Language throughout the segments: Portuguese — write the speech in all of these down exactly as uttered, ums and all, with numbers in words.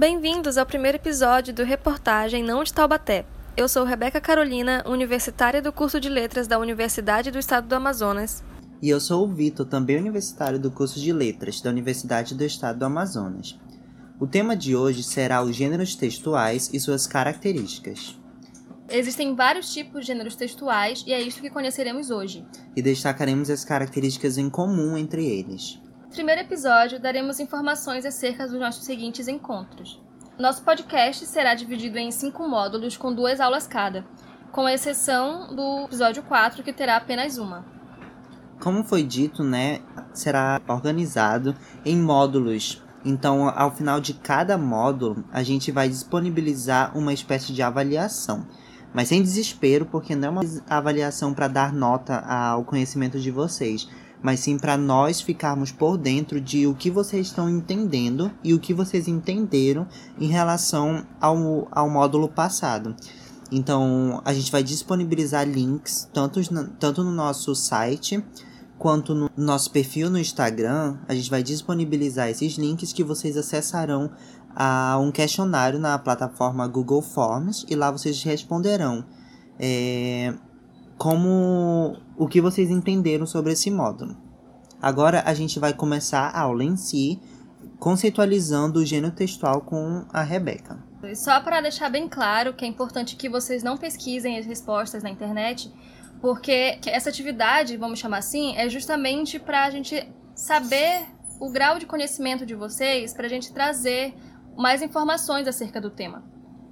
Bem-vindos ao primeiro episódio do Reportagem Não de Taubaté. Eu sou Rebeca Carolina, universitária do curso de Letras da Universidade do Estado do Amazonas. E eu sou o Vitor, também universitário do curso de Letras da Universidade do Estado do Amazonas. O tema de hoje será os gêneros textuais e suas características. Existem vários tipos de gêneros textuais e é isso que conheceremos hoje. E destacaremos as características em comum entre eles. No primeiro episódio, daremos informações acerca dos nossos seguintes encontros. Nosso podcast será dividido em cinco módulos com duas aulas cada, com exceção do episódio quatro, que terá apenas uma. Como foi dito, né, será organizado em módulos. Então, ao final de cada módulo, a gente vai disponibilizar uma espécie de avaliação. Mas sem desespero, porque não é uma avaliação para dar nota ao conhecimento de vocês, mas sim para nós ficarmos por dentro de o que vocês estão entendendo e o que vocês entenderam em relação ao, ao módulo passado. Então, a gente vai disponibilizar links tanto, tanto no nosso site quanto no nosso perfil no Instagram. A gente vai disponibilizar esses links que vocês acessarão a um questionário na plataforma Google Forms e lá vocês responderão é, como o que vocês entenderam sobre esse módulo. Agora a gente vai começar a aula em si, conceitualizando o gênero textual com a Rebeca. Só para deixar bem claro que é importante que vocês não pesquisem as respostas na internet, porque essa atividade, vamos chamar assim, é justamente para a gente saber o grau de conhecimento de vocês, para a gente trazer mais informações acerca do tema.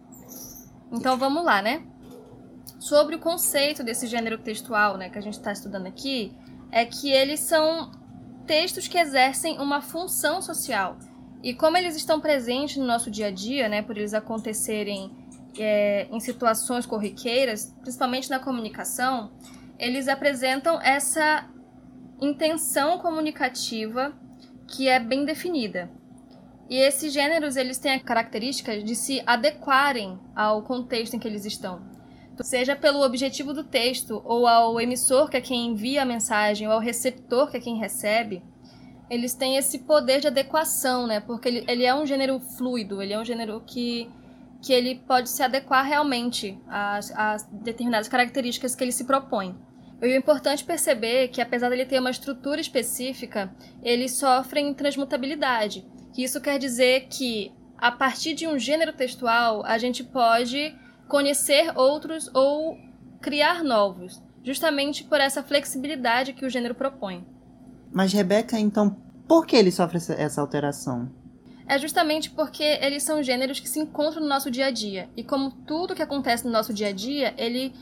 Então vamos lá, né? Sobre o conceito desse gênero textual, né, que a gente está estudando aqui, é que eles são textos que exercem uma função social. E como eles estão presentes no nosso dia a dia, né, por eles acontecerem é, em situações corriqueiras, principalmente na comunicação, eles apresentam essa intenção comunicativa que é bem definida. E esses gêneros, eles têm a característica de se adequarem ao contexto em que eles estão. Seja pelo objetivo do texto, ou ao emissor, que é quem envia a mensagem, ou ao receptor, que é quem recebe, eles têm esse poder de adequação, né? Porque ele, ele é um gênero fluido, ele é um gênero que, que ele pode se adequar realmente às, às determinadas características que ele se propõe. E é importante perceber que, apesar de ele ter uma estrutura específica, eles sofrem transmutabilidade. Isso quer dizer que, a partir de um gênero textual, a gente pode conhecer outros ou criar novos, justamente por essa flexibilidade que o gênero propõe. Mas, Rebeca, então, por que ele sofre essa alteração? É justamente porque eles são gêneros que se encontram no nosso dia a dia. E como tudo que acontece no nosso dia a dia, ele,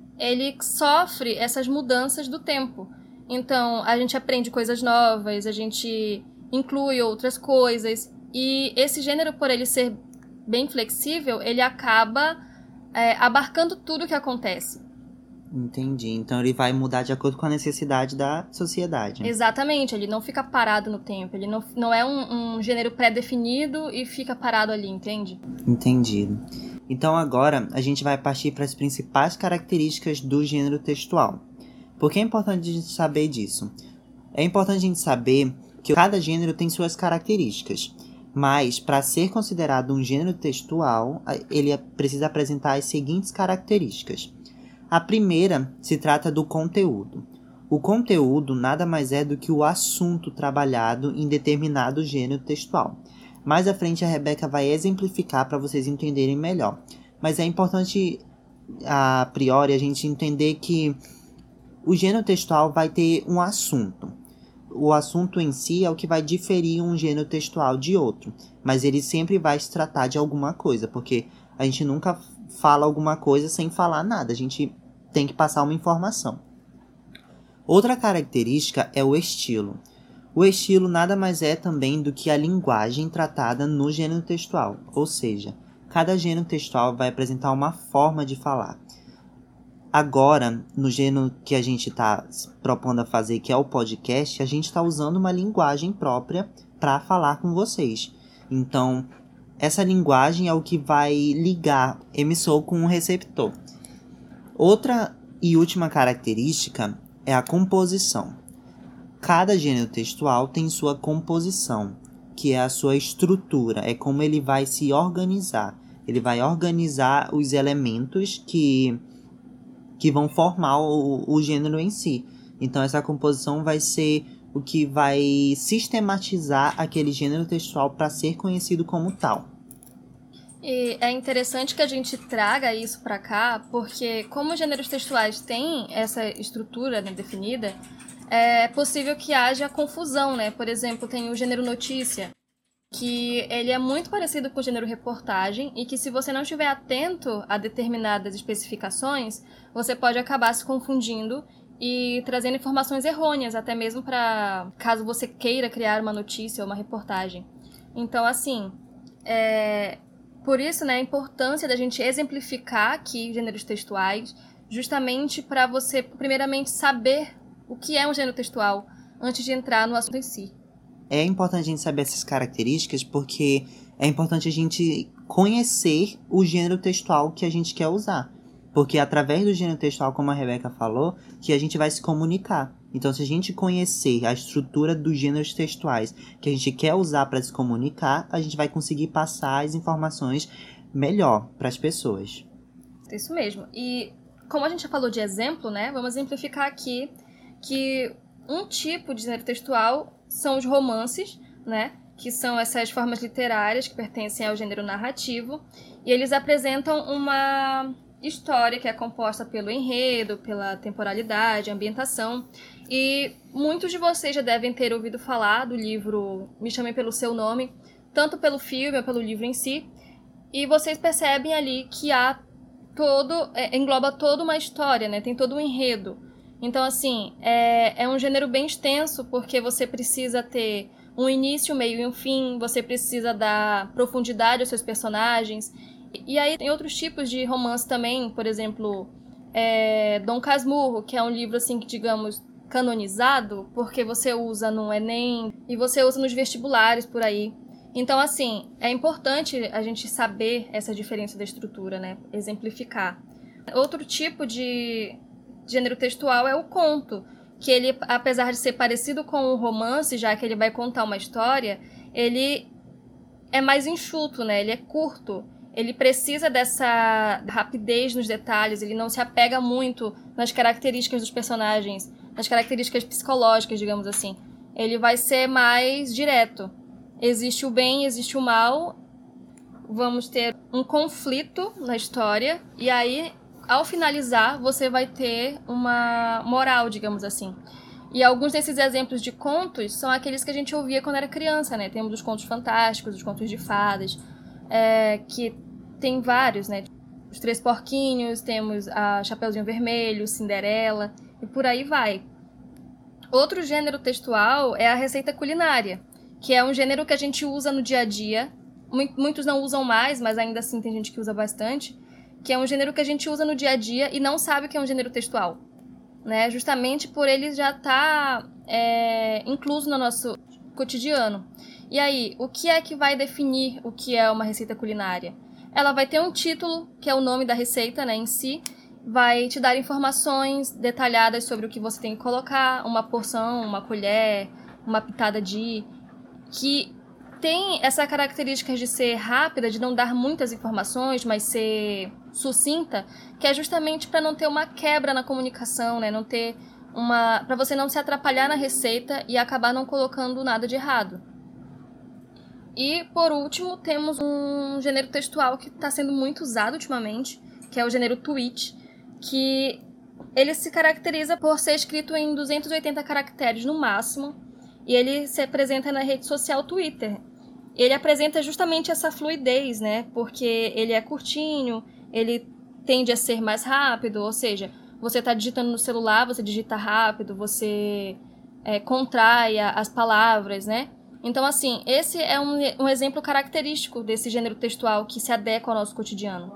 ele sofre essas mudanças do tempo. Então, a gente aprende coisas novas, a gente inclui outras coisas. E esse gênero, por ele ser bem flexível, ele acaba é, abarcando tudo que acontece. Entendi. Então ele vai mudar de acordo com a necessidade da sociedade. Exatamente. Ele não fica parado no tempo. Ele não, não é um, um gênero pré-definido e fica parado ali, entende? Entendido. Então agora a gente vai partir para as principais características do gênero textual. Por que é importante a gente saber disso? É importante a gente saber que cada gênero tem suas características. Mas, para ser considerado um gênero textual, ele precisa apresentar as seguintes características. A primeira se trata do conteúdo. O conteúdo nada mais é do que o assunto trabalhado em determinado gênero textual. Mais à frente a Rebeca vai exemplificar para vocês entenderem melhor. Mas é importante, a priori, a gente entender que o gênero textual vai ter um assunto. O assunto em si é o que vai diferir um gênero textual de outro, mas ele sempre vai se tratar de alguma coisa, porque a gente nunca fala alguma coisa sem falar nada, a gente tem que passar uma informação. Outra característica é o estilo. O estilo nada mais é também do que a linguagem tratada no gênero textual, ou seja, cada gênero textual vai apresentar uma forma de falar. Agora, no gênero que a gente está propondo a fazer, que é o podcast, a gente está usando uma linguagem própria para falar com vocês. Então, essa linguagem é o que vai ligar o emissor com o receptor. Outra e última característica é a composição. Cada gênero textual tem sua composição, que é a sua estrutura, é como ele vai se organizar. Ele vai organizar os elementos que, que vão formar o, o gênero em si. Então essa composição vai ser o que vai sistematizar aquele gênero textual para ser conhecido como tal. E é interessante que a gente traga isso para cá, porque como os gêneros textuais têm essa estrutura, né, definida, é possível que haja confusão, né? Por exemplo, tem o gênero notícia, que ele é muito parecido com o gênero reportagem e que se você não estiver atento a determinadas especificações, você pode acabar se confundindo e trazendo informações errôneas, até mesmo para caso você queira criar uma notícia ou uma reportagem. Então, assim, é... por isso, né, a importância da gente exemplificar aqui gêneros textuais, justamente para você, primeiramente, saber o que é um gênero textual antes de entrar no assunto em si. É importante a gente saber essas características porque é importante a gente conhecer o gênero textual que a gente quer usar. Porque é através do gênero textual, como a Rebeca falou, que a gente vai se comunicar. Então, se a gente conhecer a estrutura dos gêneros textuais que a gente quer usar para se comunicar, a gente vai conseguir passar as informações melhor para as pessoas. Isso mesmo. E como a gente já falou de exemplo, né, vamos exemplificar aqui que um tipo de gênero textual são os romances, né, que são essas formas literárias que pertencem ao gênero narrativo, e eles apresentam uma história que é composta pelo enredo, pela temporalidade, ambientação, e muitos de vocês já devem ter ouvido falar do livro Me Chamem Pelo Seu Nome, tanto pelo filme ou pelo livro em si, e vocês percebem ali que há todo, é, engloba toda uma história, né, tem todo um enredo. Então, assim, é, é um gênero bem extenso, porque você precisa ter um início, um meio e um fim, você precisa dar profundidade aos seus personagens. E aí tem outros tipos de romance também, por exemplo, é, Dom Casmurro, que é um livro, assim, que, digamos, canonizado, porque você usa no Enem e você usa nos vestibulares por aí. Então, assim, é importante a gente saber essa diferença da estrutura, né? Exemplificar. Outro tipo de gênero textual é o conto, que ele, apesar de ser parecido com o romance, já que ele vai contar uma história, ele é mais enxuto, né? Ele é curto. Ele precisa dessa rapidez nos detalhes, ele não se apega muito nas características dos personagens, nas características psicológicas, digamos assim. Ele vai ser mais direto. Existe o bem, existe o mal, vamos ter um conflito na história, e aí, ao finalizar, você vai ter uma moral, digamos assim. E alguns desses exemplos de contos são aqueles que a gente ouvia quando era criança, né? Temos os contos fantásticos, os contos de fadas, é, que tem vários, né? Os Três Porquinhos, temos a Chapeuzinho Vermelho, Cinderela, e por aí vai. Outro gênero textual é a receita culinária, que é um gênero que a gente usa no dia a dia. Muitos não usam mais, mas ainda assim tem gente que usa bastante, que é um gênero que a gente usa no dia a dia e não sabe que é um gênero textual, né? Justamente por ele já estar é, incluso no nosso cotidiano. E aí, o que é que vai definir o que é uma receita culinária? Ela vai ter um título, que é o nome da receita, né, em si, vai te dar informações detalhadas sobre o que você tem que colocar, uma porção, uma colher, uma pitada de... que tem essa característica de ser rápida, de não dar muitas informações, mas ser sucinta, que é justamente para não ter uma quebra na comunicação, né? Não ter uma, para você não se atrapalhar na receita e acabar não colocando nada de errado. E, por último, temos um gênero textual que está sendo muito usado ultimamente, que é o gênero tweet, que ele se caracteriza por ser escrito em duzentos e oitenta caracteres no máximo, e ele se apresenta na rede social Twitter. Ele apresenta justamente essa fluidez, né? Porque ele é curtinho, ele tende a ser mais rápido, ou seja, você está digitando no celular, você digita rápido, você é, contrai as palavras, né? Então, assim, esse é um, um exemplo característico desse gênero textual que se adequa ao nosso cotidiano.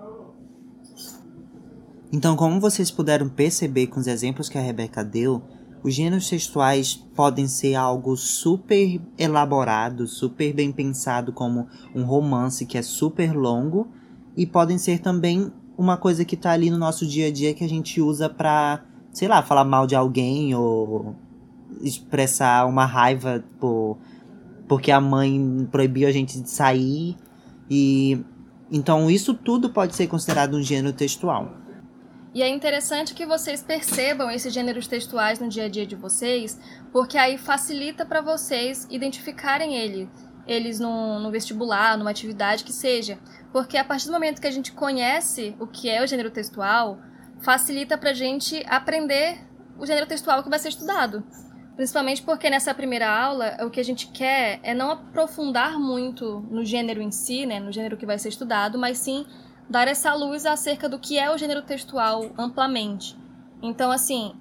Então, como vocês puderam perceber com os exemplos que a Rebeca deu, os gêneros textuais podem ser algo super elaborado, super bem pensado, como um romance que é super longo, e podem ser também uma coisa que tá ali no nosso dia a dia que a gente usa pra, sei lá, falar mal de alguém ou expressar uma raiva por, porque a mãe proibiu a gente de sair. E então isso tudo pode ser considerado um gênero textual. E é interessante que vocês percebam esses gêneros textuais no dia a dia de vocês, porque aí facilita para vocês identificarem ele, eles no, no vestibular, numa atividade que seja. Porque a partir do momento que a gente conhece o que é o gênero textual, facilita para a gente aprender o gênero textual que vai ser estudado. Principalmente porque nessa primeira aula, o que a gente quer é não aprofundar muito no gênero em si, né, no gênero que vai ser estudado, mas sim dar essa luz acerca do que é o gênero textual amplamente. Então, assim,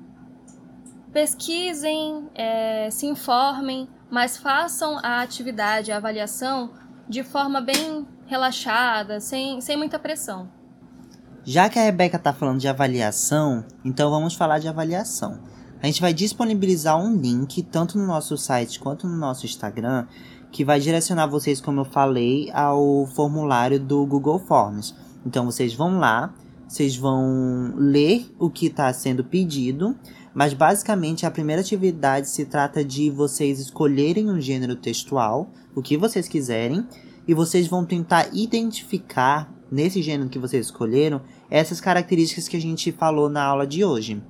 pesquisem, é, se informem, mas façam a atividade, a avaliação, de forma bem relaxada, sem, sem muita pressão. Já que a Rebeca está falando de avaliação, então vamos falar de avaliação. A gente vai disponibilizar um link, tanto no nosso site quanto no nosso Instagram, que vai direcionar vocês, como eu falei, ao formulário do Google Forms. Então vocês vão lá, vocês vão ler o que está sendo pedido, mas basicamente a primeira atividade se trata de vocês escolherem um gênero textual, o que vocês quiserem, e vocês vão tentar identificar, nesse gênero que vocês escolheram, essas características que a gente falou na aula de hoje.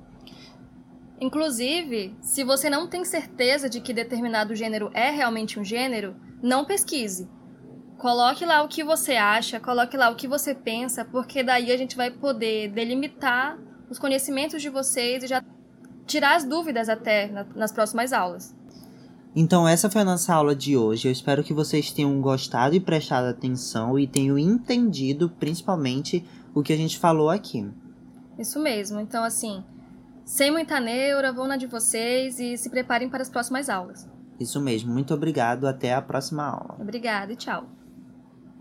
Inclusive, se você não tem certeza de que determinado gênero é realmente um gênero, não pesquise. Coloque lá o que você acha, coloque lá o que você pensa, porque daí a gente vai poder delimitar os conhecimentos de vocês e já tirar as dúvidas até nas próximas aulas. Então essa foi a nossa aula de hoje. Eu espero que vocês tenham gostado e prestado atenção e tenham entendido principalmente o que a gente falou aqui. Isso mesmo. Então, assim, sem muita neura, vão na de vocês e se preparem para as próximas aulas. Isso mesmo. Muito obrigado. Até a próxima aula. Obrigada e tchau.